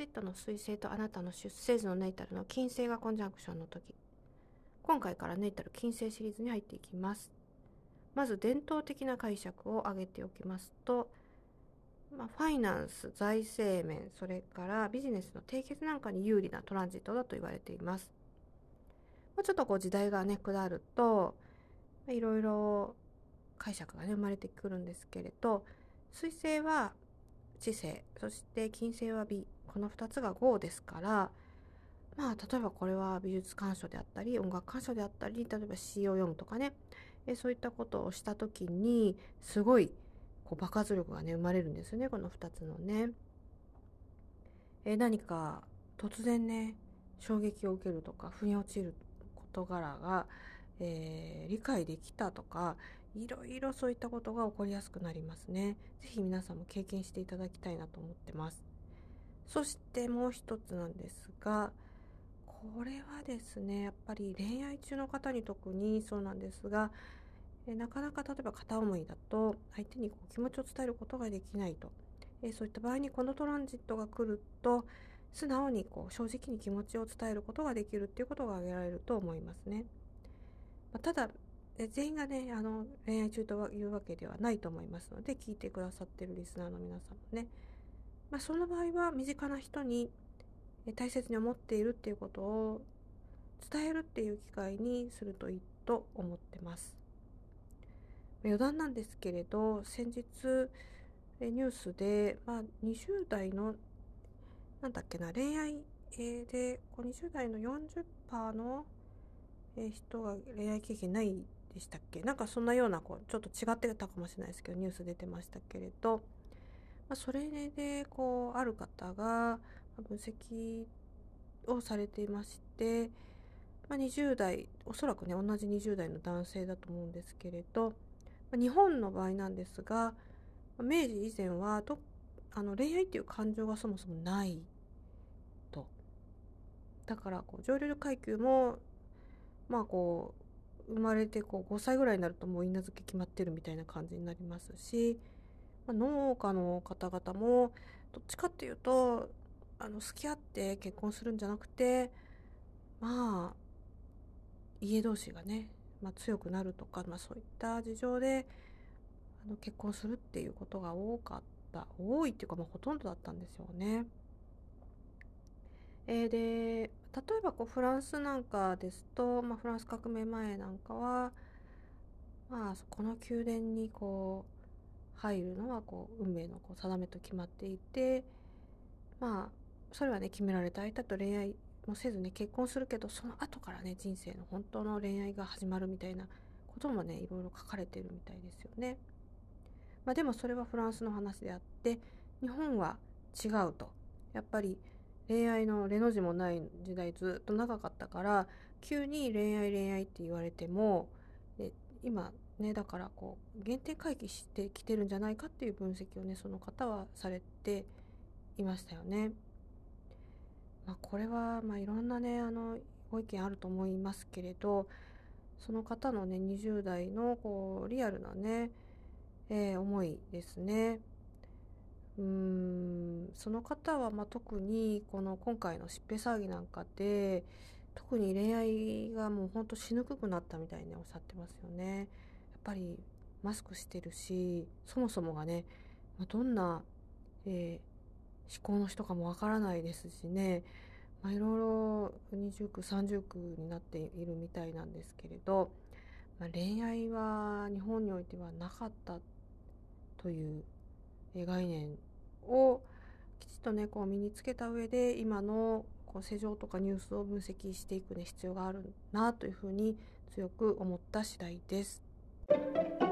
ジットの水星とあなたの出生時のネイタルの金星がコンジャンクションの時、今回からネイタル金星シリーズに入っていきます。まず伝統的な解釈を挙げておきますと、ファイナンス、財政面、それからビジネスの締結なんかに有利なトランジットだと言われています。ちょっと時代がね下るといろいろ解釈がね生まれてくるんですけれど、水星は知性、そして金星は美、この2つが合ですから、例えばこれは美術鑑賞であったり音楽鑑賞であったり、例えば詩を読むとかね、そういったことをした時にすごい爆発力がね生まれるんですよね、この2つのね。何か突然ね衝撃を受けるとか腑に落ちる事柄が、理解できたとか、いろいろそういったことが起こりやすくなりますね。ぜひ皆さんも経験していただきたいなと思ってます。そしてもう一つなんですが、これはですね、やっぱり恋愛中の方に特にそうなんですが、なかなか例えば片思いだと相手に気持ちを伝えることができないと、そういった場合にこのトランジットが来ると素直に正直に気持ちを伝えることができるっていうことが挙げられると思いますね。ただ全員がね恋愛中というわけではないと思いますので、聞いてくださっているリスナーの皆さんもね、その場合は身近な人に大切に思っているっていうことを伝えるっていう機会にするといいと思ってます。余談なんですけれど、先日ニュースで、20代の恋愛で20代の40%の人が恋愛経験ないでしたっけ、そんなようなちょっと違ってたかもしれないですけどニュース出てましたけれど、それである方が分析をされていまして、20代、おそらくね同じ20代の男性だと思うんですけれど、日本の場合なんですが、明治以前は恋愛っていう感情がそもそもないと。だから上流階級も生まれて5歳ぐらいになるともう稲付け決まってるみたいな感じになりますし、農家の方々もどっちかっていうと付き合って結婚するんじゃなくて、家同士がね、強くなるとか、そういった事情で結婚するっていうことが多いっていうか、ほとんどだったんですよね。で例えばフランスなんかですと、フランス革命前なんかは、この宮殿に入るのは運命の定めと決まっていて、それはね決められた相手と恋愛もせずね結婚するけど、その後からね人生の本当の恋愛が始まるみたいなこともねいろいろ書かれてるみたいですよね。でもそれはフランスの話であって、日本は違うと。やっぱり恋愛のレの字もない時代ずっと長かったから、急に恋愛って言われても、今ねだから原点回帰してきてるんじゃないかっていう分析をねその方はされていましたよね。これはいろんなねご意見あると思いますけれど、その方のね20代のリアルなね、思いですね。その方は特に今回の疾病騒ぎなんかで特に恋愛がもうほんとしにくくなったみたいにおっしゃってますよね。やっぱりマスクしてるし、そもそもがね、どんな、思考の人かもわからないですしね、いろいろ二重苦三重苦になっているみたいなんですけれど、恋愛は日本においてはなかったという概念をきちっとね身につけた上で、今の世情とかニュースを分析していくね必要があるなというふうに強く思った次第です。